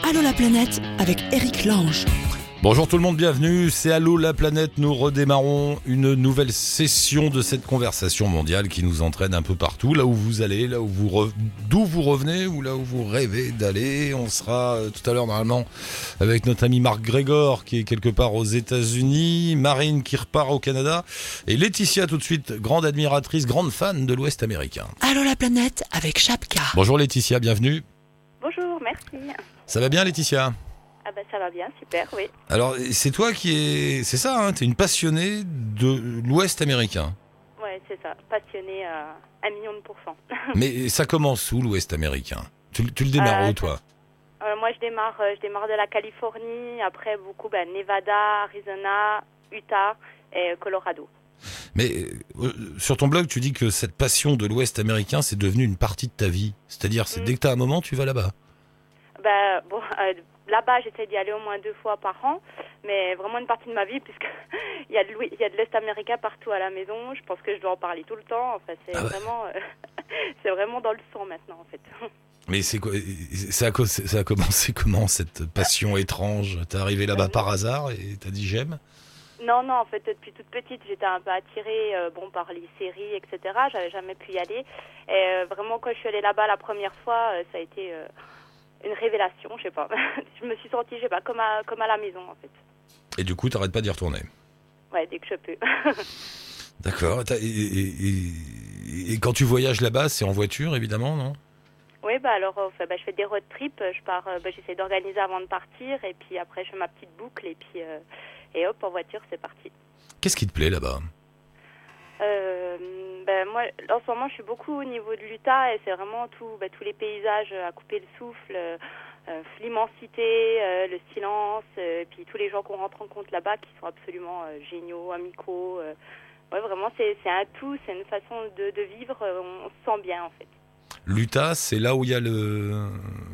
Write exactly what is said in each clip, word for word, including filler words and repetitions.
Allô la planète avec Eric Lange. Bonjour tout le monde, bienvenue, c'est Allô la planète, nous redémarrons une nouvelle session de cette conversation mondiale qui nous entraîne un peu partout, là où vous allez, là où vous re... d'où vous revenez ou là où vous rêvez d'aller. On sera euh, tout à l'heure normalement avec notre ami Marc Grégor qui est quelque part aux États-Unis, Marine qui repart au Canada et Laetitia tout de suite, grande admiratrice, grande fan de l'Ouest américain. Allô la planète avec Chapka. Bonjour Laetitia, bienvenue. Bonjour, merci. Ça va bien Laetitia ? Ah bah ça va bien, super, oui. Alors c'est toi qui es, c'est ça, hein, t'es une passionnée de l'Ouest américain. Ouais, c'est ça, passionnée à un million de pourcents. Mais ça commence où l'Ouest américain ? tu, tu le démarres Euh, où toi ? Euh, moi, je démarre, euh, je démarre de la Californie, après beaucoup, bah, Nevada, Arizona, Utah et Colorado. Mais euh, sur ton blog, tu dis que cette passion de l'Ouest américain, c'est devenu une partie de ta vie. C'est-à-dire, c'est Mm. dès que t'as un moment, tu vas là-bas. Bah, bon, euh, là-bas, j'essaie d'y aller au moins deux fois par an, mais vraiment une partie de ma vie, puisque il y a de l'Ouest- il y a de l'Est américain partout à la maison. Je pense que je dois en parler tout le temps. Enfin, c'est Ah ouais. vraiment, euh, c'est vraiment dans le sang maintenant, en fait. Mais c'est quoi, ça a, co- ça a commencé comment cette passion étrange ? T'es arrivé là-bas par hasard et t'as dit j'aime ? Non, non, en fait, depuis toute petite, j'étais un peu attirée euh, bon, par les séries, et cetera. J'avais jamais pu y aller. Et euh, vraiment, quand je suis allée là-bas la première fois, euh, ça a été euh, une révélation, je sais pas. Je me suis sentie, je sais pas, comme à, comme à la maison, en fait. Et du coup, t'arrêtes pas d'y retourner. Ouais, dès que je peux. D'accord. T'as- Et, et- et- et quand tu voyages là-bas, c'est en voiture, évidemment, non ? Oui, bah alors, euh, enfin, bah, je fais des road trips. Je pars, euh, bah, j'essaie d'organiser avant de partir. Et puis après, je fais ma petite boucle. Et puis, euh, et hop, en voiture, c'est parti. Qu'est-ce qui te plaît là-bas ? Euh, ben moi, en ce moment, je suis beaucoup au niveau de l'Utah et c'est vraiment tout, ben, tous les paysages à couper le souffle, euh, euh, l'immensité, euh, le silence, euh, et puis tous les gens qu'on rencontre là-bas qui sont absolument euh, géniaux, amicaux. Euh, ouais, vraiment, c'est, c'est un tout, c'est une façon de, de vivre, euh, on, on se sent bien en fait. L'Utah, c'est là où il y a le...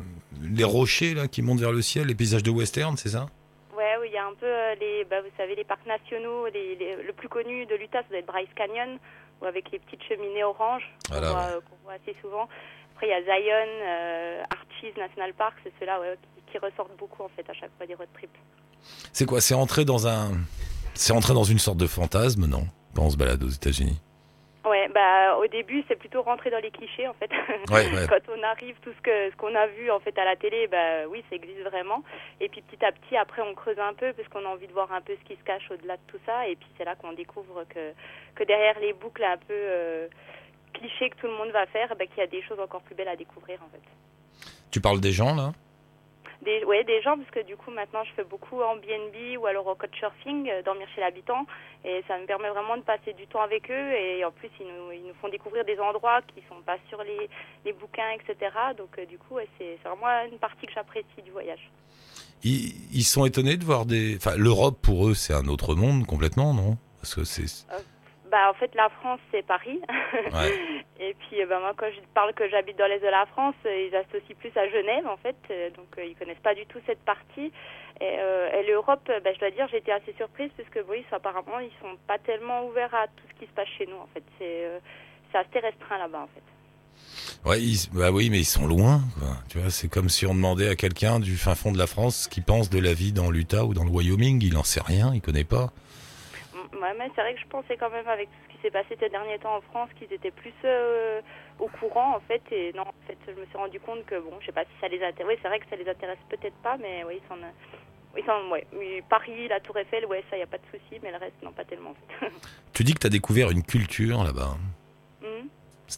les rochers là, qui montent vers le ciel, les paysages de western, c'est ça ? Ouais, oui, il y a un peu euh, les, bah, vous savez, les parcs nationaux. Les, les- le plus connu de l'Utah, ça doit être Bryce Canyon, ou avec les petites cheminées oranges qu'on, Voilà, voit, ouais. euh, qu'on voit assez souvent. Après, il y a Zion, euh, Arches National Park, c'est ceux-là ouais, qui, qui ressortent beaucoup en fait à chaque fois des road trips. C'est quoi ? C'est entrer dans un, c'est entrer dans une sorte de fantasme, non ? Quand on se balade aux États-Unis. Ouais, bah au début c'est plutôt rentrer dans les clichés en fait. Ouais, ouais. Quand on arrive, tout ce que ce qu'on a vu en fait à la télé, bah oui, ça existe vraiment. Et puis petit à petit, après on creuse un peu parce qu'on a envie de voir un peu ce qui se cache au-delà de tout ça. Et puis c'est là qu'on découvre que que derrière les boucles un peu euh, clichés que tout le monde va faire, bah, qu'il y a des choses encore plus belles à découvrir en fait. Tu parles des gens là ? Des, ouais, des gens, parce que du coup, maintenant, je fais beaucoup en B and B ou alors au couchsurfing, euh, dormir chez l'habitant. Et ça me permet vraiment de passer du temps avec eux. Et en plus, ils nous, ils nous font découvrir des endroits qui sont pas sur les, les bouquins, et cetera. Donc, euh, du coup, ouais, c'est, c'est vraiment une partie que j'apprécie du voyage. ils, ils sont étonnés de voir des... Enfin, l'Europe, pour eux, c'est un autre monde complètement, non ? Parce que c'est... Bah, en fait, la France, c'est Paris. Ouais. Et puis, euh, bah, moi, quand je parle que j'habite dans l'Est de la France, euh, ils associent plus à Genève, en fait. Euh, donc, euh, ils connaissent pas du tout cette partie. Et, euh, et l'Europe, euh, bah, je dois dire, j'ai été assez surprise parce que, oui, ça, apparemment, ils sont pas tellement ouverts à tout ce qui se passe chez nous, en fait. C'est, euh, c'est assez restreint là-bas, en fait. Ouais, ils- bah oui, mais ils sont loin, quoi. Tu vois, c'est comme si on demandait à quelqu'un du fin fond de la France ce qu'il pense de la vie dans l'Utah ou dans le Wyoming. Il en sait rien, il connaît pas. Ouais, mais c'est vrai que je pensais quand même avec tout ce qui s'est passé ces derniers temps en France qu'ils étaient plus euh, au courant en fait. Et non, en fait, je me suis rendu compte que bon, je sais pas si ça les intéresse. Oui, c'est vrai que ça les intéresse peut-être pas, mais oui, ils sont, ils sont, ouais. Oui, Paris, la Tour Eiffel, ouais, ça y a pas de souci, mais le reste, non, pas tellement. En fait. Tu dis que t'as découvert une culture là-bas. Mhm. C'est-à-dire ?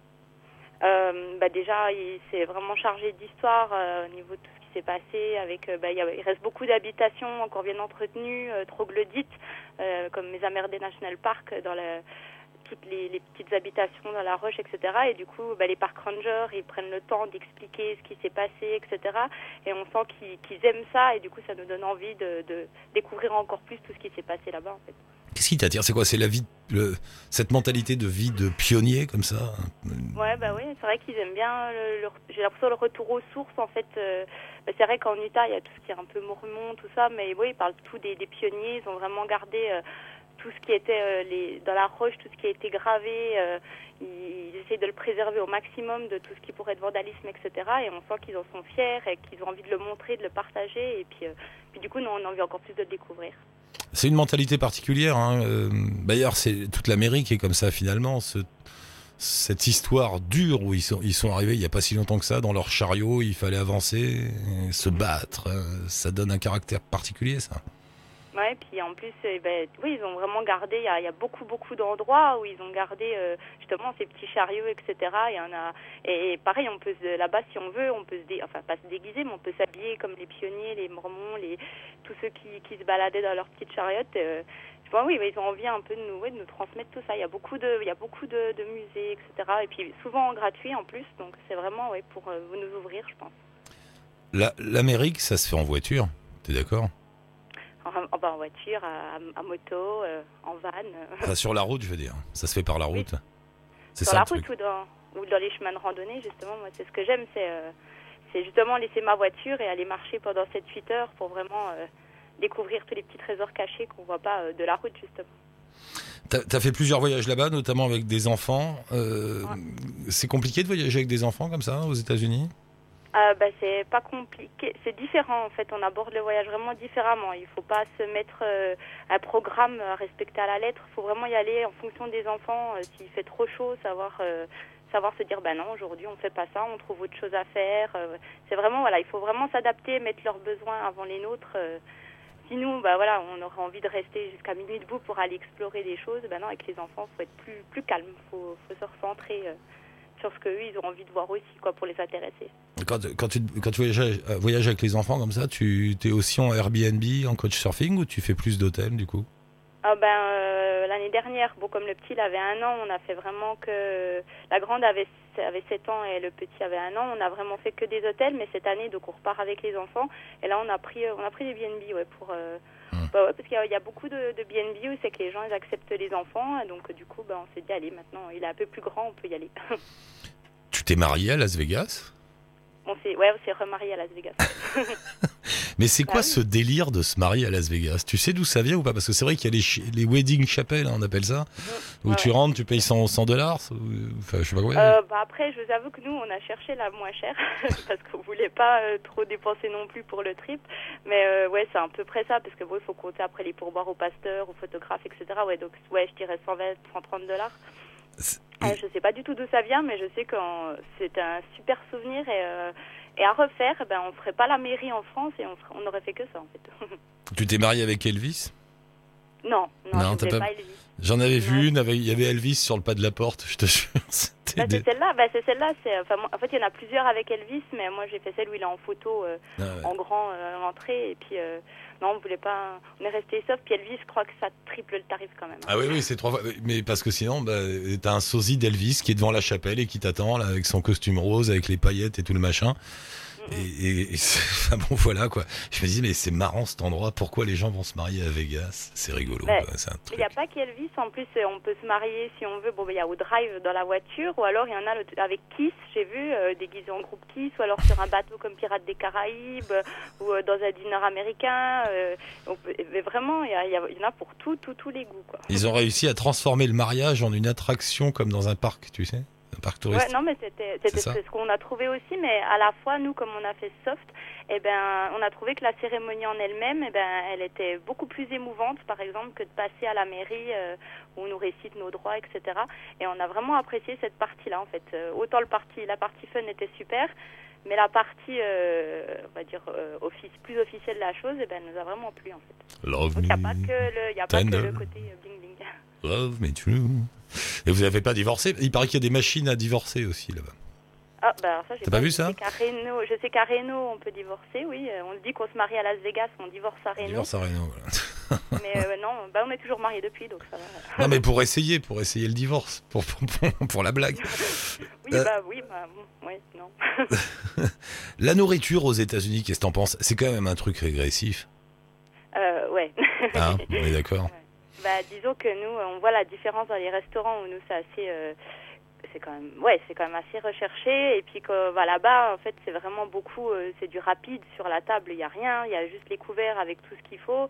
Euh, bah déjà, il s'est vraiment chargé d'histoire euh, au niveau de tout ce qui s'est passé. Avec, euh, bah, il, y a, il reste beaucoup d'habitations encore bien entretenues, euh, troglodytes, euh, comme les Amerdé National Park, dans la, toutes les, les petites habitations dans la roche, et cetera. Et du coup, bah, les park rangers, ils prennent le temps d'expliquer ce qui s'est passé, et cetera. Et on sent qu'ils, qu'ils aiment ça, et du coup, ça nous donne envie de, de découvrir encore plus tout ce qui s'est passé là-bas, en fait. Qu'est-ce qui t'attire ? C'est quoi ? C'est la vie, le, cette mentalité de vie de pionnier comme ça ? Ouais, bah oui, c'est vrai qu'ils aiment bien. Le, le- j'ai l'impression le retour aux sources, en fait. Euh, bah, c'est vrai qu'en Utah, il y a tout ce qui est un peu mormon, tout ça, mais oui, ils parlent tout des, des pionniers. Ils ont vraiment gardé euh, tout tout ce qui était euh, les, dans la roche, tout ce qui a été gravé, euh, ils, ils essaient de le préserver au maximum de tout ce qui pourrait être vandalisme, et cetera. Et on sent qu'ils en sont fiers et qu'ils ont envie de le montrer, de le partager. Et puis, euh, puis du coup, nous, on a envie encore plus de le découvrir. C'est une mentalité particulière. Hein. Euh, d'ailleurs, c'est toute l'Amérique est comme ça finalement. Ce, cette histoire dure où ils sont, ils sont arrivés il n'y a pas si longtemps que ça dans leur chariot, il fallait avancer, se battre. Euh, ça donne un caractère particulier, ça. Ouais, puis en plus, eh ben, oui, ils ont vraiment gardé, il y a, il y a beaucoup, beaucoup d'endroits où ils ont gardé euh, justement ces petits chariots, et cetera. Il y en a, et, et pareil, on peut se, là-bas, si on veut, on peut se dé, enfin pas se déguiser, mais on peut s'habiller comme les pionniers, les mormons, les, tous ceux qui, qui se baladaient dans leurs petites chariotes. Euh, bon, oui, ils ont envie un peu de nous, ouais, de nous transmettre tout ça. Il y a beaucoup de, il y a beaucoup de, de musées, et cetera. Et puis souvent gratuits en plus, donc c'est vraiment ouais, pour euh, nous ouvrir, je pense. La, L'Amérique, ça se fait en voiture, t'es d'accord ? En, en voiture, à, à moto, euh, en van. Enfin, sur la route, je veux dire. Ça se fait par la route. Oui. C'est sur ça la le route truc. ou dans, ou dans les chemins de randonnée, justement. Moi, c'est ce que j'aime, c'est, euh, c'est justement laisser ma voiture et aller marcher pendant sept huit heures pour vraiment euh, découvrir tous les petits trésors cachés qu'on ne voit pas euh, de la route, justement. T'as, t'as fait plusieurs voyages là-bas, notamment avec des enfants. Euh, ouais. C'est compliqué de voyager avec des enfants comme ça, aux États-Unis ? Euh, bah, c'est pas compliqué, c'est différent en fait, on aborde le voyage vraiment différemment. Il faut pas se mettre euh, un programme à respecter à la lettre, il faut vraiment y aller en fonction des enfants. Euh, s'il fait trop chaud, savoir euh, savoir se dire bah non, aujourd'hui on fait pas ça, on trouve autre chose à faire. Euh, c'est vraiment voilà, il faut vraiment s'adapter, mettre leurs besoins avant les nôtres. Euh, sinon bah voilà, on aurait envie de rester jusqu'à minuit debout pour aller explorer des choses. Bah non, avec les enfants, faut être plus plus calme, faut faut se recentrer euh, sur ce qu'eux ils ont envie de voir aussi quoi pour les intéresser. Quand, quand tu, quand tu voyages, voyages avec les enfants comme ça, tu es aussi en Airbnb, en couchsurfing ou tu fais plus d'hôtels du coup ? Ah ben, euh, l'année dernière, bon, comme le petit il avait un an, on a fait vraiment que... La grande avait, avait sept ans et le petit avait un an, on a vraiment fait que des hôtels, mais cette année, donc on repart avec les enfants. Et là, on a pris, on a pris des B and B, ouais, pour... Euh, hum. bah ouais, parce qu'il y a, il y a beaucoup de, de B and B où c'est que les gens, ils acceptent les enfants. Et donc, du coup, bah, on s'est dit, allez, maintenant, il est un peu plus grand, on peut y aller. Tu t'es marié à Las Vegas ? On s'est, ouais, on s'est remarié à Las Vegas. Mais c'est quoi bah, oui. ce délire de se marier à Las Vegas ? Tu sais d'où ça vient ou pas ? Parce que c'est vrai qu'il y a les, ch- les wedding chapels, hein, on appelle ça, mmh, où ouais, tu ouais. rentres, tu payes cent dollars. Enfin, je sais pas quoi. Euh, bah après, je vous avoue que nous, on a cherché la moins chère parce qu'on voulait pas euh, trop dépenser non plus pour le trip. Mais euh, ouais, c'est à peu près ça parce que bon, il faut compter après les pourboires au pasteur, au photographe, et cetera. Ouais, donc ouais, je dirais cent vingt, cent trente dollars. Euh, je sais pas du tout d'où ça vient, mais je sais que c'est un super souvenir et, euh, et à refaire, ben on ferait pas la mairie en France et on, ferait, on aurait fait que ça en fait. Tu t'es marié avec Elvis ? Non, non, Non, je t'as voulais pas... pas Elvis. J'en avais vu Ouais. une, avec... il y avait Elvis sur le pas de la porte, je te jure. C'était Bah, des... c'est celle-là, bah, c'est celle-là. C'est, enfin, moi, en fait, il y en a plusieurs avec Elvis, mais moi j'ai fait celle où il est en photo, euh, Ah ouais. en grand, euh, en entrée. Et puis, euh, non, on voulait pas. On est resté soft. Puis Elvis, je crois que ça triple le tarif quand même. Hein. Ah oui, oui, c'est trois fois. Mais parce que sinon, bah, t'as un sosie d'Elvis qui est devant la chapelle et qui t'attend là, avec son costume rose, avec les paillettes et tout le machin. Et, et, et enfin bon, voilà quoi. Je me dis, mais c'est marrant cet endroit. Pourquoi les gens vont se marier à Vegas ? C'est rigolo. Ouais. Quoi. C'est un truc. Il n'y a pas qu'Elvis. En plus, euh, on peut se marier si on veut. Bon, il ben, y a au drive dans la voiture, ou alors il y en a le, avec Kiss. J'ai vu euh, déguisé en groupe Kiss, ou alors sur un bateau comme Pirates des Caraïbes, euh, ou euh, dans un dîner américain. Euh, on peut, mais vraiment, il y, a, il y en a pour tout, tout, tous les goûts. Quoi. Ils ont réussi à transformer le mariage en une attraction comme dans un parc, tu sais. Un parc touristique. Ouais, non, mais c'était, c'était ce qu'on a trouvé aussi, mais à la fois, nous, comme on a fait soft, eh ben, on a trouvé que la cérémonie en elle-même, eh ben, elle était beaucoup plus émouvante, par exemple, que de passer à la mairie euh, où on nous récite nos droits, et cetera. Et on a vraiment apprécié cette partie-là, en fait. Euh, autant le parti, la partie fun était super, mais la partie, euh, on va dire, euh, office, plus officielle de la chose, eh ben, nous a vraiment plu, en fait. Love Donc, il n'y a me pas que le, y a pas que le côté euh, bling-bling. Love me true. Et vous n'avez pas divorcé ? Il paraît qu'il y a des machines à divorcer aussi là-bas. Ah, bah alors ça, j'ai T'as pas, pas vu je ça sais qu'à Reno, je sais qu'à Reno, on peut divorcer, oui. On dit qu'on se marie à Las Vegas, on divorce à Reno. Divorce à Reno, voilà. Mais euh, non, bah, on est toujours mariés depuis, donc ça va. Non, mais pour essayer, pour essayer le divorce, pour, pour, pour, pour la blague. Oui, euh... bah oui, bah oui, non. La nourriture aux États-Unis, qu'est-ce que t'en penses ? C'est quand même un truc régressif. Euh, ouais. Hein, on est d'accord. Ouais. Bah, disons que nous, on voit la différence dans les restaurants où nous, c'est assez... Euh, c'est quand même ouais c'est quand même assez recherché et puis que bah, là-bas en fait c'est vraiment beaucoup euh, c'est du rapide sur la table, il y a rien, il y a juste les couverts avec tout ce qu'il faut.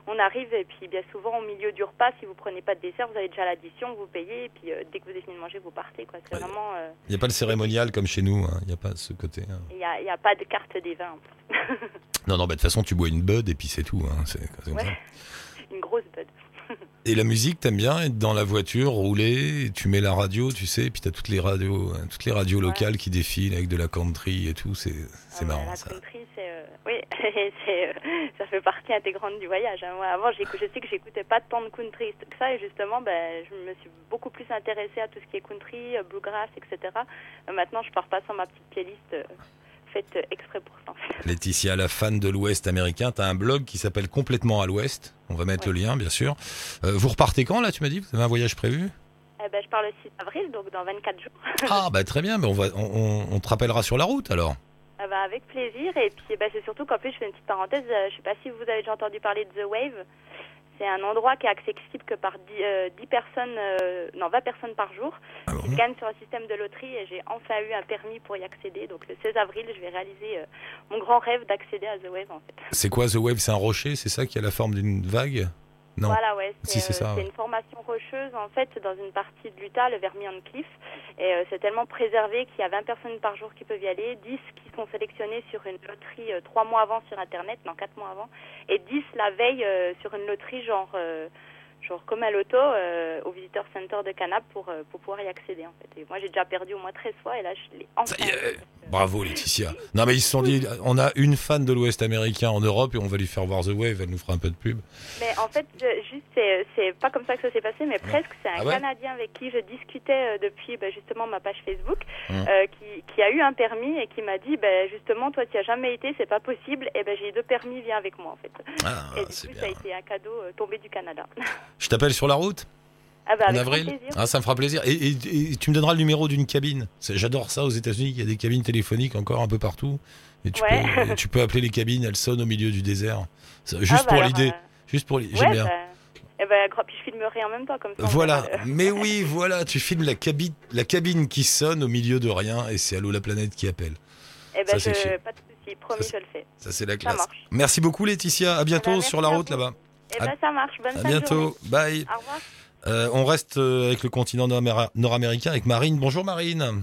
on arrive et puis bien souvent au milieu du repas, si vous prenez pas de dessert, vous avez déjà l'addition, vous payez et puis euh, dès que vous avez fini de manger, vous partez, quoi. C'est ouais, vraiment. Il euh... n'y a pas le cérémonial comme chez nous, il hein. n'y a pas ce côté. Il hein. n'y a, a pas de carte des vins. En plus. non, non, bah, de toute façon, tu bois une bud et puis c'est tout. Hein. C'est, c'est comme ouais. ça. Une grosse bud. Et la musique, t'aimes bien être dans la voiture, rouler, tu mets la radio, tu sais, et puis t'as toutes les radios, toutes les radios locales ouais. qui défilent avec de la country et tout, c'est, c'est ah, marrant la ça. La country, c'est, euh, oui, c'est, euh, ça fait partie intégrante du voyage. Hein. Moi, avant, je sais que j'écoutais pas tant de country que ça, et justement, ben, je me suis beaucoup plus intéressée à tout ce qui est country, bluegrass, et cetera. Euh, maintenant, je pars pas sans ma petite playlist. Euh, faite exprès pour ça. Laetitia, la fan de l'Ouest américain, tu as un blog qui s'appelle Complètement à l'Ouest. On va mettre ouais. le lien, bien sûr. Euh, vous repartez quand, là, tu m'as dit? Vous avez un voyage prévu? eh ben, Je pars le six avril, donc dans vingt-quatre jours. ah, bah très bien. Mais on, va, on, on te rappellera sur la route, alors. Ah bah, avec plaisir. Et puis, bah, c'est surtout qu'en plus, je fais une petite parenthèse. Je sais pas si vous avez déjà entendu parler de The Wave. C'est un endroit qui est accessible que par dix, euh, dix personnes, euh, non vingt personnes par jour. Ah bon. Ils gagnent sur un système de loterie et j'ai enfin eu un permis pour y accéder. Donc le seize avril, je vais réaliser euh, mon grand rêve d'accéder à The Wave en fait. C'est quoi The Wave? C'est un rocher, c'est ça qui a la forme d'une vague? Non. Voilà, ouais. C'est, si, c'est, ça, euh, c'est ouais. une formation rocheuse en fait dans une partie de l'Utah, le Vermilion Cliff. Et euh, c'est tellement préservé qu'il y a vingt personnes par jour qui peuvent y aller, dix qui sont sélectionnées sur une loterie euh, trois mois avant sur Internet, non quatre mois avant, et dix la veille euh, sur une loterie genre, euh, genre comme un loto euh, au Visitor Center de Canap pour, euh, pour pouvoir y accéder en fait. Et moi j'ai déjà perdu au moins treize fois et là je l'ai enfin. Ça y est. Bravo Laetitia. Non mais ils se sont dit, on a une fan de l'Ouest américain en Europe et on va lui faire voir The Wave, elle nous fera un peu de pub. Mais en fait, je, juste c'est, c'est pas comme ça que ça s'est passé, mais presque. C'est un ah ouais Canadien avec qui je discutais euh, depuis bah, justement ma page Facebook, hum. euh, qui, qui a eu un permis et qui m'a dit, bah, justement, toi tu as jamais été, c'est pas possible. Et ben bah, j'ai deux permis, viens avec moi en fait. Ah, et du c'est coup, bien. Ça a été un cadeau euh, tombé du Canada. Je t'appelle sur la route. Ah bah, en avril. Ah, ça me fera plaisir. Et, et, et tu me donneras le numéro d'une cabine. C'est, j'adore ça aux États-Unis. Il y a des cabines téléphoniques encore un peu partout. Et tu, ouais. peux, tu peux appeler les cabines. Elles sonnent au milieu du désert. C'est, juste, ah bah pour alors, l'idée. Euh... juste pour l'idée. Ouais, J'aime bien. Bah... Eh ben, puis je filmerai en même temps comme ça. Voilà. Euh... Mais oui, voilà. Tu filmes la cabine, la cabine qui sonne au milieu de rien. Et c'est Allô la planète qui appelle. Eh ben, ça, je... pas de souci. Promis, ça, je le fais. Ça, c'est la classe. Merci beaucoup, Laetitia. À bientôt bah, sur la route là-bas. Eh ben, ça marche. Bonne à bientôt. Bye. Au revoir. Euh, on reste avec le continent nord-américain, avec Marine. Bonjour Marine.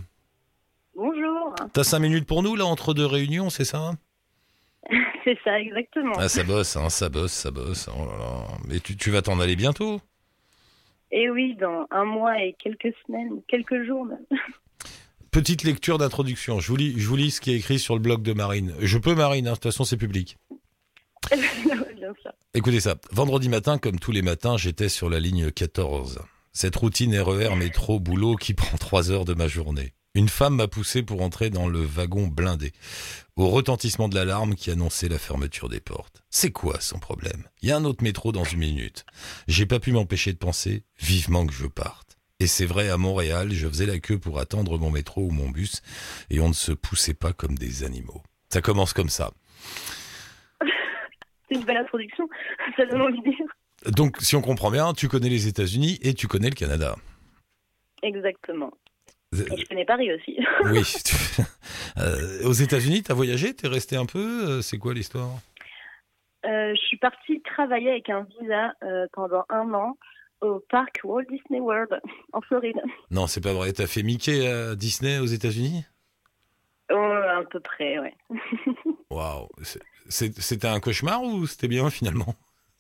Bonjour. T'as cinq minutes pour nous, là, entre deux réunions, c'est ça? C'est ça, exactement. Ah, ça bosse, hein, ça bosse, ça bosse. Oh là là. Mais tu, tu vas t'en aller bientôt? Eh oui, dans un mois et quelques semaines, quelques jours même. Petite lecture d'introduction. Je vous lis, je vous lis ce qui est écrit sur le blog de Marine. Je peux, Marine, hein, de toute façon, c'est public. Bien sûr. Écoutez ça. Vendredi matin, comme tous les matins, j'étais sur la ligne quatorze. Cette routine R E R métro boulot qui prend trois heures de ma journée. Une femme m'a poussé pour entrer dans le wagon blindé, au retentissement de l'alarme qui annonçait la fermeture des portes. C'est quoi son problème? Il y a un autre métro dans une minute. J'ai pas pu m'empêcher de penser vivement que je parte. Et c'est vrai, à Montréal, je faisais la queue pour attendre mon métro ou mon bus, et on ne se poussait pas comme des animaux. Ça commence comme ça. C'est une belle introduction, ça donne envie de dire. Donc, si on comprend bien, tu connais les États-Unis et tu connais le Canada. Exactement. Et je connais Paris aussi. Oui. euh, aux États-Unis, tu as voyagé? Tu es resté un peu? C'est quoi l'histoire? euh, Je suis partie travailler avec un visa euh, pendant un an au parc Walt Disney World en Floride. Non, c'est pas vrai. Tu as fait Mickey à Disney aux États-Unis? Oh, à peu près, ouais. Waouh. C'était un cauchemar ou c'était bien finalement?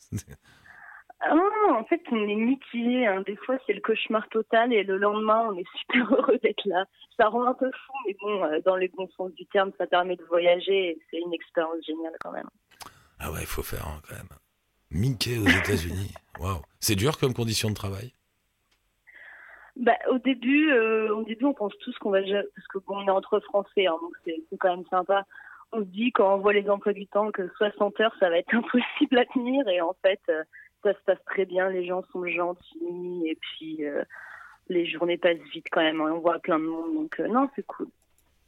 Oh, en fait, on est mitigé. Hein. Des fois, c'est le cauchemar total et le lendemain, on est super heureux d'être là. Ça rend un peu fou, mais bon, dans les bons sens du terme, ça permet de voyager et c'est une expérience géniale quand même. Ah ouais, il faut faire hein, quand même. Mickey aux États-Unis. Waouh. C'est dur comme condition de travail? Bah, au début, euh, au début, on pense tous qu'on va, parce que bon, on est entre Français, hein, donc c'est, c'est quand même sympa. On se dit quand on voit les emplois du temps que soixante heures, ça va être impossible à tenir. Et en fait, euh, ça se passe très bien. Les gens sont gentils. Et puis, euh, les journées passent vite quand même. Hein, on voit plein de monde. Donc, euh, non, c'est cool.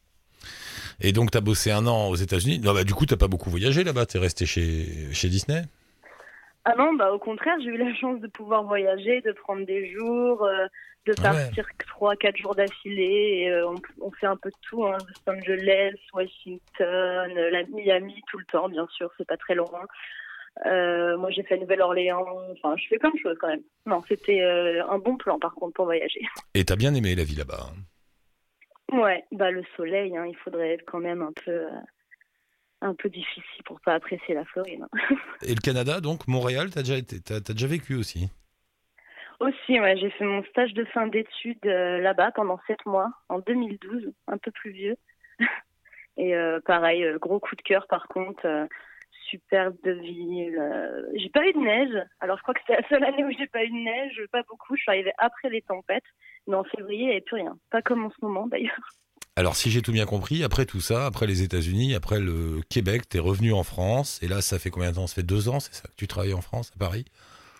Et donc, tu as bossé un an aux États-Unis. Non, bah, du coup, tu n'as pas beaucoup voyagé là-bas. Tu es resté chez, chez Disney? Ah non, bah, au contraire, j'ai eu la chance de pouvoir voyager, de prendre des jours, euh, de partir trois, ouais. quatre jours d'affilée. Et, euh, on, on fait un peu de tout, hein, Los Angeles, Washington, la Miami, tout le temps, bien sûr, c'est pas très loin. Euh, moi, j'ai fait Nouvelle-Orléans. Enfin, je fais plein de choses quand même. Non, c'était euh, un bon plan, par contre, pour voyager. Et t'as bien aimé la vie là-bas, hein? Ouais, bah le soleil, hein, il faudrait être quand même un peu, euh, un peu difficile pour pas apprécier la Floride. Hein. Et le Canada, donc, Montréal, t'as déjà, été, t'as, t'as déjà vécu aussi? Aussi, ouais, j'ai fait mon stage de fin d'études euh, là-bas pendant sept mois, en deux mille douze, un peu plus vieux. Et euh, pareil, euh, gros coup de cœur par contre, euh, superbe de ville. Euh, j'ai pas eu de neige, alors je crois que c'est la seule année où j'ai pas eu de neige, pas beaucoup. Je suis arrivée après les tempêtes, mais en février, il n'y avait plus rien. Pas comme en ce moment d'ailleurs. Alors, si j'ai tout bien compris, après tout ça, après les États-Unis, après le Québec, t'es revenu en France. Et là, ça fait combien de temps? Ça fait deux ans, c'est ça, que tu travailles en France, à Paris?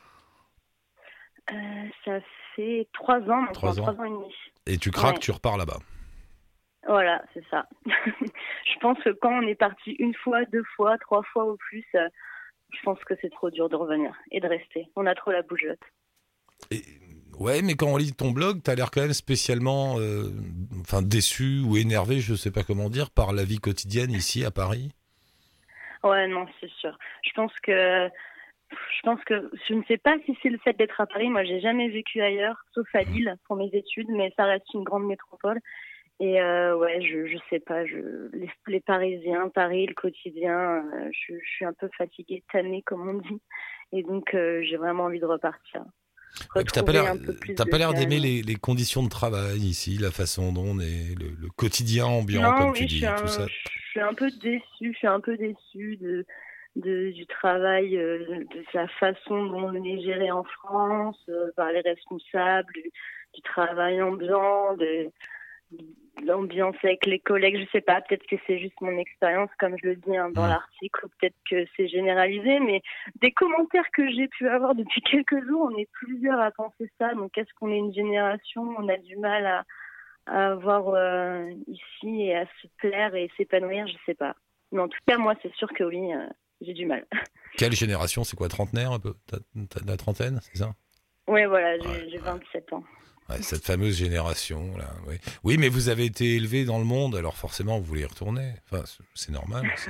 Euh, ça fait trois ans maintenant, Trois ans. trois ans et demi. Et tu craques, Ouais. tu repars là-bas. Voilà, c'est ça. Je pense que quand on est parti une fois, deux fois, trois fois ou plus, euh, je pense que c'est trop dur de revenir et de rester. On a trop la bougeotte. Et, ouais, mais quand on lit ton blog, t'as l'air quand même spécialement euh, enfin, déçu ou énervé, je sais pas comment dire, par la vie quotidienne ici à Paris. Ouais, non, c'est sûr. Je pense que je pense que je ne sais pas si c'est le fait d'être à Paris. Moi, j'ai jamais vécu ailleurs, sauf à Lille pour mes études, mais ça reste une grande métropole. Et euh, ouais, je je sais pas, je les, les Parisiens, Paris, le quotidien, euh, je, je suis un peu fatiguée, tannée comme on dit, et donc euh, j'ai vraiment envie de repartir. Ouais, puis t'as pas Retrouver l'air, un peu plus t'as de pas l'air d'aimer calme. les, les conditions de travail ici, la façon dont on est, le, le quotidien ambiant, Non, comme oui, tu je dis, suis, un, tout ça. je suis un peu déçue, je suis un peu déçue de, de du travail, euh, de la façon dont on est géré en France, euh, par les responsables, du, du travail ambiant, de, de l'ambiance avec les collègues. Je sais pas, peut-être que c'est juste mon expérience, comme je le dis hein, dans Mmh. l'article, ou peut-être que c'est généralisé, mais des commentaires que j'ai pu avoir depuis quelques jours, on est plusieurs à penser ça. Donc, est-ce qu'on est une génération, on a du mal à à avoir euh, ici et à se plaire et s'épanouir, je sais pas. Mais en tout cas, moi, c'est sûr que oui, euh, j'ai du mal. Quelle génération, c'est quoi, trentenaire un peu? T'as, t'as de la trentaine, c'est ça? Ouais, voilà, j'ai, Ouais, j'ai ouais. vingt-sept ans. Ouais, cette fameuse génération là. Oui. Oui, mais vous avez été élevé dans le monde, alors forcément vous voulez y retourner. Enfin, c'est, c'est normal. C'est...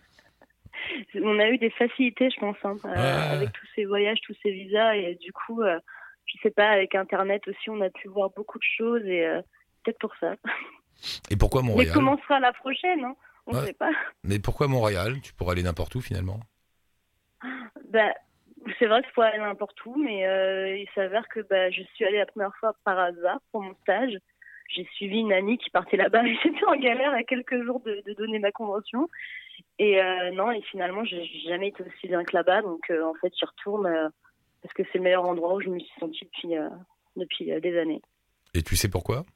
On a eu des facilités, je pense, hein, euh, Ouais. avec tous ces voyages, tous ces visas, et du coup, euh, je sais pas, avec Internet aussi, on a pu voir beaucoup de choses, et euh, peut-être pour ça. Et pourquoi Mais Montréal? comment sera la prochaine, hein? On Ouais. sait pas. Mais pourquoi Montréal? Tu pourrais aller n'importe où finalement. Bah, c'est vrai que je pourrais aller n'importe où, mais euh, il s'avère que bah, je suis allée la première fois par hasard pour mon stage. J'ai suivi une amie qui partait là-bas et j'étais en galère à quelques jours de, de donner ma convention. Et euh, non, et finalement, j'ai jamais été aussi bien que là-bas. Donc, euh, en fait, j'y retourne euh, parce que c'est le meilleur endroit où je me suis sentie depuis, euh, depuis euh, des années. Et tu sais pourquoi?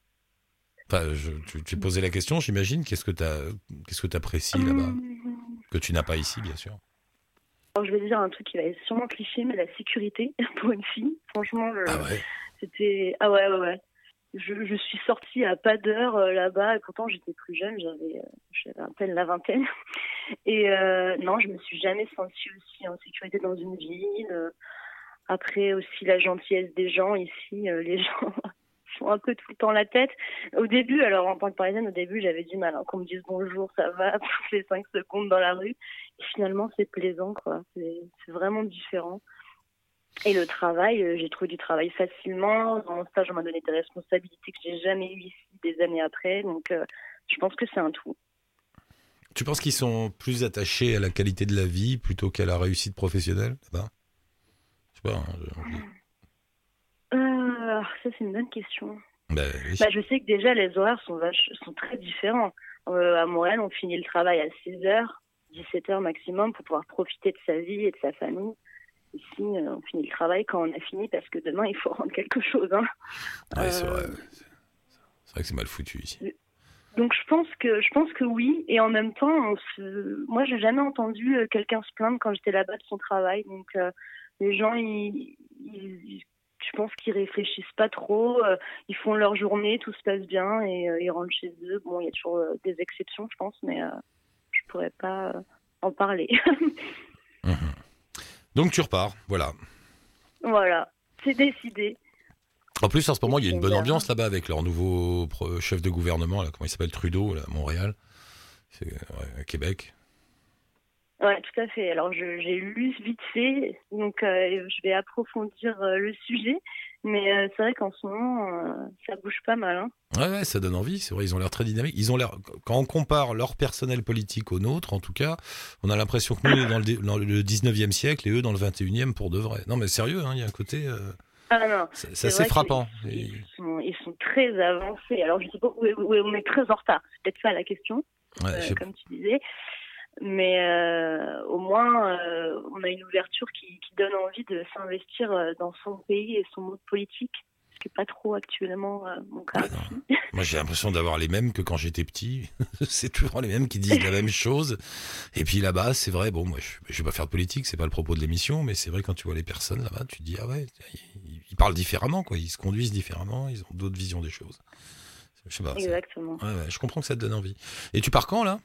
Enfin, je, tu t'es posé la question, j'imagine. Qu'est-ce que t'as, qu'est-ce que t'apprécies là-bas, Hum, que tu n'as pas ici, bien sûr. Alors, je vais dire un truc qui va être sûrement cliché, mais la sécurité pour une fille, franchement, je- Ah ouais. c'était... Ah ouais, ouais, ouais. Je, je suis sortie à pas d'heure euh, là-bas, et pourtant j'étais plus jeune, j'avais, euh, j'avais à peine la vingtaine. Et euh, non, je me suis jamais sentie aussi en sécurité dans une ville. Euh, Après aussi la gentillesse des gens ici, euh, les gens font un peu tout le temps la tête. Au début, alors en tant que Parisienne, au début j'avais du mal, hein, qu'on me dise bonjour, ça va, toutes les cinq secondes dans la rue. Et finalement c'est plaisant, quoi. C'est, c'est vraiment différent. Et le travail, euh, j'ai trouvé du travail facilement. Dans mon stage, on m'a donné des responsabilités que j'ai jamais eues ici des années après. Donc, euh, je pense que c'est un tout. Tu penses qu'ils sont plus attachés à la qualité de la vie plutôt qu'à la réussite professionnelle là-bas? Je sais pas. Hein, je... Euh, ça, c'est une bonne question. Ben, oui. Bah, je sais que déjà, les horaires sont, vache... sont très différents. Euh, à Montréal, on finit le travail à six heures, dix-sept heures maximum pour pouvoir profiter de sa vie et de sa famille. Ici, euh, on finit le travail quand on a fini parce que demain, il faut rendre quelque chose. Hein. Ouais, c'est Euh, vrai. C'est... c'est vrai que c'est mal foutu ici. Donc je pense que je pense que oui, et en même temps, on se... moi j'ai jamais entendu euh, quelqu'un se plaindre quand j'étais là-bas de son travail. Donc euh, les gens, ils, ils- je pense qu'ils réfléchissent pas trop, euh, ils font leur journée, tout se passe bien et euh, ils rentrent chez eux. Bon, il y a toujours euh, des exceptions, je pense, mais euh, je pourrais pas euh, en parler. Mmh. Donc tu repars, voilà. Voilà, c'est décidé. En plus, en ce moment, il y a une bonne Bien. ambiance là-bas avec leur nouveau pro- chef de gouvernement, là, comment il s'appelle, Trudeau, là, à Montréal, c'est, ouais, à Québec. Ouais, tout à fait. Alors, je, j'ai lu vite fait, donc euh, je vais approfondir euh, le sujet. Mais euh, c'est vrai qu'en ce moment, euh, ça bouge pas mal. Hein. Ouais, ouais, ça donne envie. C'est vrai, ils ont l'air très dynamiques. Ils ont l'air, quand on compare leur personnel politique au nôtre, en tout cas, on a l'impression que nous, on est dans le, dé- dans le dix-neuvième siècle et eux dans le vingt et unième pour de vrai. Non, mais sérieux, hein, il y a un côté, euh, Ah non, c'est, c'est c'est assez vrai frappant. qu'ils Et- ils sont, ils sont très avancés. Alors, je sais pas où, où on est très en retard. C'est peut-être ça la question, ouais, euh, je sais comme tu disais. Mais euh, au moins, euh, on a une ouverture qui, qui donne envie de s'investir euh, dans son pays et son mode politique, ce qui n'est pas trop actuellement euh, mon cas Ouais, non. aussi. Moi, j'ai l'impression d'avoir les mêmes que quand j'étais petit. C'est toujours les mêmes qui disent la même chose. Et puis là-bas, c'est vrai, bon, moi, je, je vais pas faire de politique, c'est pas le propos de l'émission, mais c'est vrai, quand tu vois les personnes là-bas, tu te dis, ah ouais, ils, ils parlent différemment, quoi. Ils se conduisent différemment, ils ont d'autres visions des choses. Je sais pas. ça- Exactement. Ouais, ouais, je comprends que ça te donne envie. Et tu pars quand, là?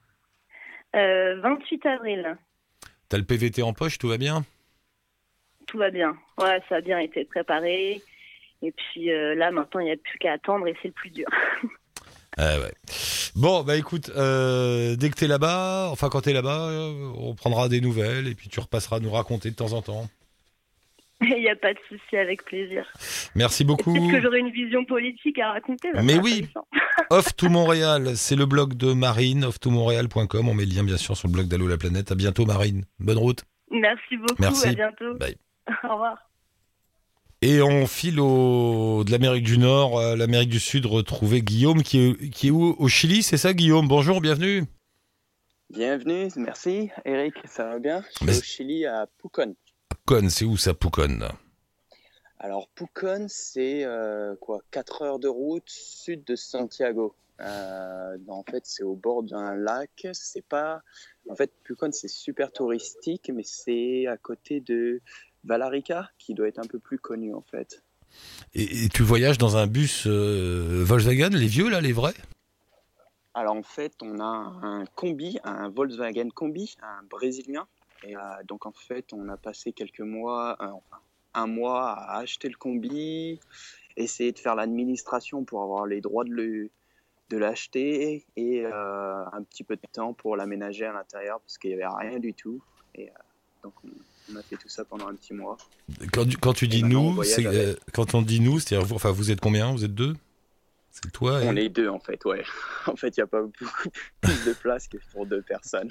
Euh, vingt-huit avril, T'as le P V T en poche, tout va bien? tout va bien. Ouais, ça a bien été préparé. Et puis euh, là, maintenant, il n'y a plus qu'à attendre et c'est le plus dur. Ah ouais. Bon, bah écoute, euh, dès que t'es là-bas, enfin quand t'es là-bas, euh, on prendra des nouvelles et puis tu repasseras nous raconter de temps en temps. Il n'y a pas de souci, avec plaisir. Merci Et beaucoup. peut-être que j'aurai une vision politique à raconter. Là, Mais c'est oui. intéressant. Off to Montréal, c'est le blog de Marine, off to montréal point com. On met le lien bien sûr sur le blog d'Allo la planète. À bientôt Marine. Bonne route. Merci beaucoup, Merci. à bientôt. Bye. Au revoir. Et on file au, de l'Amérique du Nord à l'Amérique du Sud retrouver Guillaume qui est, qui est où? Au Chili, c'est ça Guillaume? Bonjour, bienvenue. Bienvenue, merci. Eric, ça va bien? Je suis Mais- au Chili à Pucón. Pucón, c'est où ça Pucón? Alors Pucón, c'est euh, quoi, quatre heures de route sud de Santiago. Euh, en fait, c'est au bord d'un lac. C'est pas, en fait, Pucón, c'est super touristique, mais c'est à côté de Valarica, qui doit être un peu plus connu en fait. Et, et tu voyages dans un bus euh, Volkswagen, les vieux là, les vrais? Alors en fait, on a un combi, un Volkswagen combi, un brésilien. Et euh, donc en fait, on a passé quelques mois, euh, enfin un mois à acheter le combi, essayer de faire l'administration pour avoir les droits de, le, de l'acheter et euh, un petit peu de temps pour l'aménager à l'intérieur parce qu'il n'y avait rien du tout. Et euh, donc on, on a fait tout ça pendant un petit mois. Quand, tu- quand tu Et dis maintenant, on nous, voyage c'est, avec. euh, quand on dit nous, c'est-à-dire vous, enfin vous êtes combien? Vous êtes deux? C'est toi et... On est deux en fait, ouais. En fait, il n'y a pas beaucoup plus de place que pour deux personnes.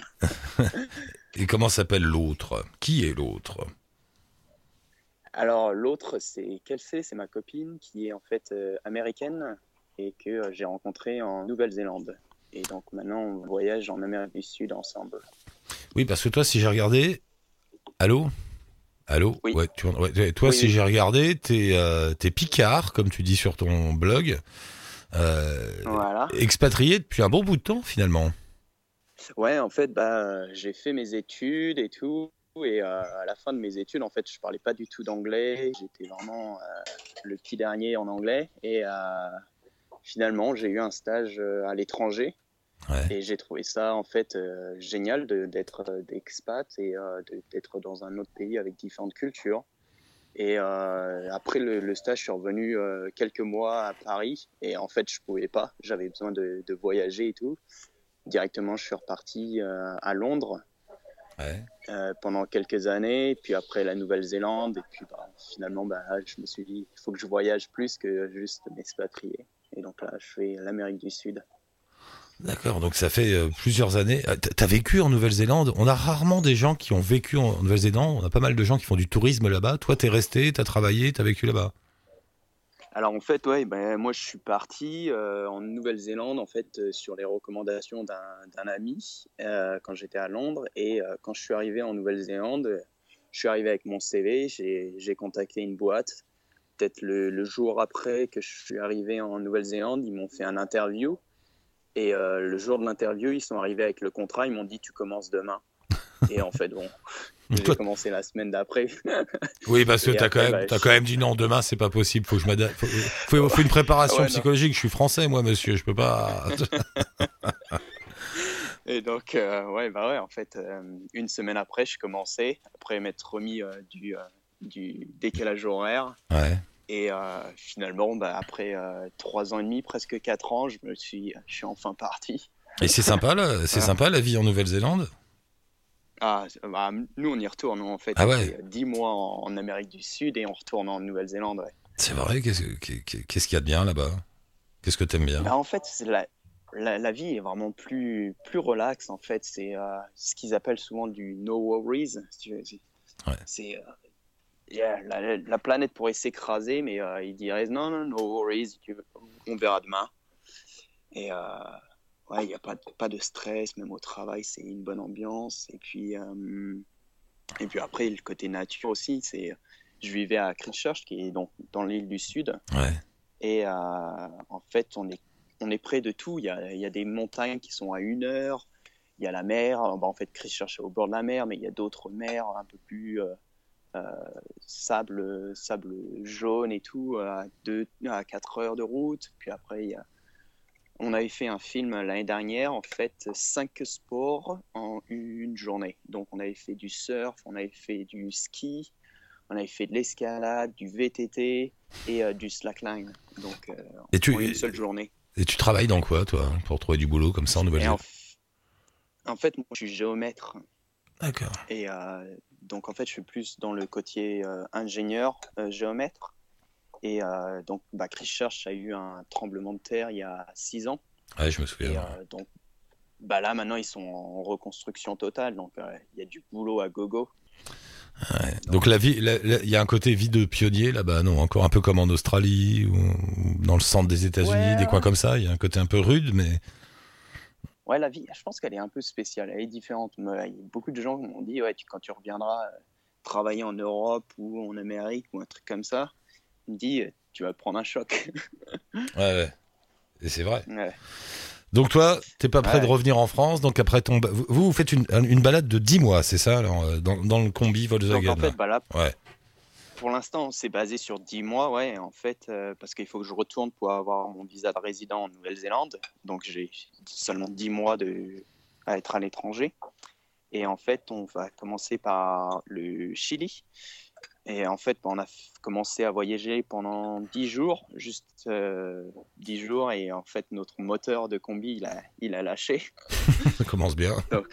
Et comment s'appelle l'autre? Qui est l'autre? Alors l'autre, c'est Kelsey, c'est ma copine qui est en fait euh, américaine et que euh, j'ai rencontrée en Nouvelle-Zélande. Et donc maintenant, on voyage en Amérique du Sud ensemble. Oui, parce que toi, si j'ai regardé... Allô? Allô? Oui. Ouais, tu... ouais, toi, Oui, si oui. j'ai regardé, t'es, euh, t'es picard, comme tu dis sur ton blog, euh, Voilà. expatrié depuis un bon bout de temps, finalement. Ouais, en fait, bah, j'ai fait mes études et tout. Et euh, à la fin de mes études, en fait, je parlais pas du tout d'anglais. J'étais vraiment euh, le petit dernier en anglais. Et euh, finalement, j'ai eu un stage euh, à l'étranger. Ouais. Et j'ai trouvé ça, en fait, euh, génial de, d'être euh, d'expat et euh, de, d'être dans un autre pays avec différentes cultures. Et euh, après le, le stage, je suis revenu euh, quelques mois à Paris. Et en fait, je pouvais pas. J'avais besoin de, de voyager et tout. Directement, je suis reparti euh, à Londres. Ouais. Euh, pendant quelques années, puis après la Nouvelle-Zélande, et puis bah, finalement, bah, je me suis dit, il faut que je voyage plus que juste m'expatrier. Et donc là, je fais l'Amérique du Sud. D'accord, donc ça fait euh, plusieurs années. Ah, t- T'as vécu en Nouvelle-Zélande? On a rarement des gens qui ont vécu en Nouvelle-Zélande. On a pas mal de gens qui font du tourisme là-bas. Toi, t'es resté, t'as travaillé, t'as vécu là-bas. Alors en fait, ouais, ben, moi je suis parti euh, en Nouvelle-Zélande en fait euh, sur les recommandations d'un, d'un ami euh, quand j'étais à Londres et euh, quand je suis arrivé en Nouvelle-Zélande, je suis arrivé avec mon C V, j'ai, j'ai contacté une boîte. Peut-être le, le jour après que je suis arrivé en Nouvelle-Zélande, ils m'ont fait un interview et euh, le jour de l'interview, ils sont arrivés avec le contrat, ils m'ont dit tu commences demain. Et en fait, bon, j'ai commencé la semaine d'après. Oui, parce que Et t'as après, quand même, bah, t'as je- quand même dit non, demain c'est pas possible. Faut que je m'adapte. Faut, faut, faut une préparation Ouais, non. psychologique. Je suis français, moi, monsieur. Je peux pas. Et donc, euh, ouais, bah ouais, en fait, euh, une semaine après, je commençais, après m'être remis euh, du, euh, du décalage horaire. Ouais. Et euh, finalement, bah, après euh, trois ans et demi, presque quatre ans, je me suis, je suis enfin parti. Et c'est sympa là. C'est Ah. sympa la vie en Nouvelle-Zélande. Ah, bah, nous, on y retourne. En fait, Ah on ouais. fait dix mois en, en Amérique du Sud et on retourne en Nouvelle-Zélande. Ouais. C'est vrai, qu'est-ce, que- qu'est-ce qu'il y a de bien là-bas? Qu'est-ce que t'aimes bien? Bah, en fait, c'est la, la, la vie est vraiment plus, plus relaxe. En fait, c'est euh, ce qu'ils appellent souvent du no worries. Si tu veux. C'est, Ouais. c'est, euh, yeah, la, la planète pourrait s'écraser, mais euh, ils diraient non, non, no worries. Tu veux, on verra demain. Et euh, ouais, il n'y a pas, de- pas de stress, même au travail, c'est une bonne ambiance. Et puis, euh, et puis après, le côté nature aussi, c'est, je vivais à Christchurch, qui est donc dans l'île du Sud. Ouais. Et euh, en fait, on est, on est près de tout. Il y a, il y a des montagnes qui sont à une heure. Il y a la mer. Bah, en fait, Christchurch est au bord de la mer, mais il y a d'autres mers un peu plus euh, euh, sable, sable jaune et tout, à, deux, à quatre heures de route. Puis après, il y a on avait fait un film l'année dernière, en fait, cinq sports en une journée. Donc, on avait fait du surf, on avait fait du ski, on avait fait de l'escalade, du V T T et euh, du slackline. Donc, euh, Et tu, en une seule journée. et tu travailles dans quoi, toi, pour trouver du boulot comme ça en Et en, Nouvelle-Zélande? f- en fait, moi, je suis géomètre. D'accord. Et euh, donc, en fait, je suis plus dans le côté euh, ingénieur, euh, géomètre. Et euh, donc, bah, Christchurch a eu un tremblement de terre il y a six ans. Ouais, je me Et souviens. euh, donc, bah là, maintenant, ils sont en reconstruction totale. Donc, euh, il y a du boulot à gogo. Ouais. Donc la vie, la- la- il y a un côté vie de pionnier là-bas, non? Encore un peu comme en Australie ou ou dans le centre des États-Unis, Ouais, des coins ouais. comme ça. Il y a un côté un peu rude, mais Ouais, la vie, je pense qu'elle est un peu spéciale. Elle est différente. Mais il y a beaucoup de gens qui m'ont dit, ouais, tu, quand tu reviendras euh, travailler en Europe ou en Amérique ou un truc comme ça, ils me disent, tu vas prendre un choc. ouais, ouais. Et c'est vrai. Ouais. Donc toi, t'es pas prêt Ouais. de revenir en France. Donc après ton, ba- vous, vous faites une, une balade de dix mois, c'est ça, alors, euh, dans, dans le combi Donc, Volkswagen. en fait, là. bah là, Ouais. pour l'instant, c'est basé sur dix mois, ouais, en fait, euh, parce qu'il faut que je retourne pour avoir mon visa de résident en Nouvelle-Zélande. Donc, j'ai seulement dix mois de, à être à l'étranger. Et en fait, on va commencer par le Chili. Et en fait, on a f- commencé à voyager pendant dix jours, juste euh, dix jours. Et en fait, notre moteur de combi, il a, il a lâché. Ça commence bien. Donc,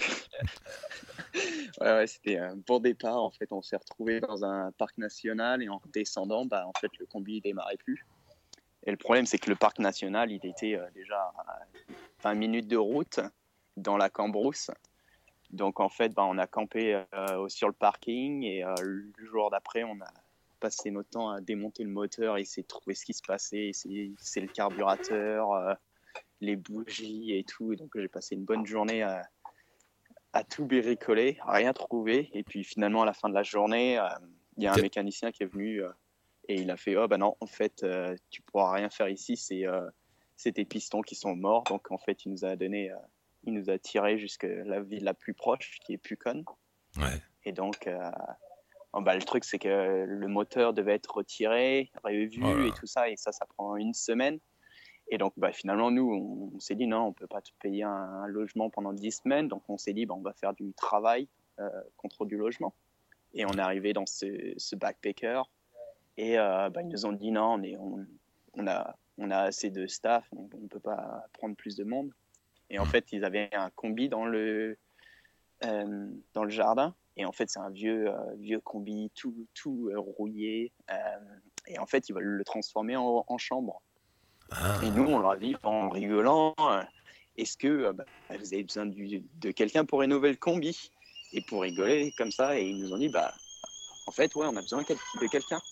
ouais, ouais, c'était un bon départ. En fait, on s'est retrouvé dans un parc national et en descendant, bah, en fait, le combi ne démarrait plus. Et le problème, c'est que le parc national, il était euh, déjà à vingt minutes de route dans la Cambrousse. Donc, en fait, bah, on a campé euh, sur le parking et euh, le jour d'après, on a passé notre temps à démonter le moteur et essayer de trouver ce qui se passait. C'est, c'est le carburateur, euh, les bougies et tout. Et donc, j'ai passé une bonne journée à à tout bricoler, à rien trouver. Et puis finalement, à la fin de la journée, euh, il y a un Ok. mécanicien qui est venu euh, et il a fait « Oh, bah non, en fait, euh, tu pourras rien faire ici, c'est, euh, c'est tes pistons qui sont morts. » Donc en fait, il nous a donné, euh, il nous a tiré jusqu'à la ville la plus proche, qui est Pucon. Ouais. Et donc, euh, oh, bah, le truc, c'est que le moteur devait être retiré, revu Oh là là. et tout ça. Et ça, ça prend une semaine. Et donc, bah, finalement, nous, on, on s'est dit, non, on ne peut pas te payer un, un logement pendant dix semaines. Donc, on s'est dit, bah, on va faire du travail euh, contre du logement. Et on est arrivé dans ce, ce backpacker. Et euh, bah, ils nous ont dit, non, on, est, on, on, a, on a assez de staff, on ne peut pas prendre plus de monde. Et en fait, ils avaient un combi dans le, euh, dans le jardin. Et en fait, c'est un vieux, euh, vieux combi, tout, tout euh, rouillé. Euh, et en fait, ils veulent le transformer en, en chambre. Ah. Et nous, on leur a dit en rigolant, euh, est-ce que euh, bah, vous avez besoin du, de quelqu'un pour rénover le combi? Et pour rigoler comme ça, et ils nous ont dit, bah, en fait, ouais, on a besoin de quelqu'un.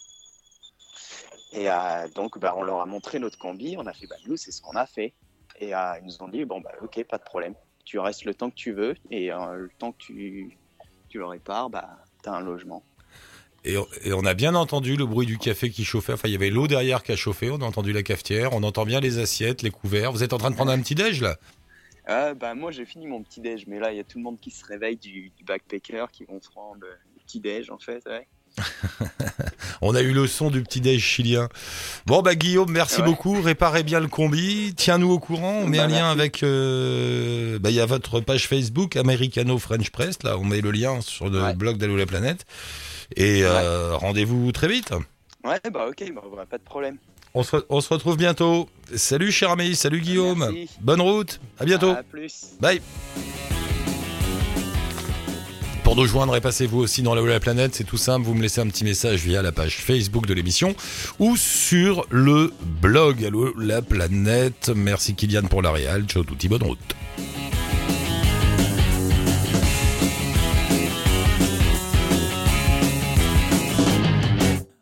Et euh, donc, bah, on leur a montré notre combi, on a fait, bah, nous, c'est ce qu'on a fait. Et euh, ils nous ont dit, bon, bah, ok, pas de problème. Tu restes le temps que tu veux, et euh, le temps que tu, tu le répares, bah, t'as un logement. Et, et on a bien entendu le bruit du café qui chauffait. Enfin, il y avait l'eau derrière qui a chauffé. On a entendu la cafetière. On entend bien les assiettes, les couverts. Vous êtes en train de prendre un petit déj là? Euh, bah, moi, j'ai fini mon petit déj, mais là, il y a tout le monde qui se réveille du, du backpacker, qui vont se rendre le petit déj, en fait. Ouais. On a eu le son du petit déj chilien. Bon bah Guillaume, merci Ouais. beaucoup. Réparez bien le combi. Tiens-nous au courant. On met Bah, un lien merci. avec. Euh, bah il y a votre page Facebook Americano French Press. Là, on met le lien sur le Ouais. blog d'Allô la planète. Et euh, rendez-vous très vite. Ouais, bah ok, bah, bah, pas de problème. On se, re- on se retrouve bientôt. Salut cher ami, salut Guillaume. Merci. Bonne route. À bientôt. À plus. Bye. Pour nous rejoindre et passez vous aussi dans Là-haut la planète, c'est tout simple, vous me laissez un petit message via la page Facebook de l'émission ou sur le blog Allô la planète. Merci Kylian pour la réal, ciao touti, bonne route.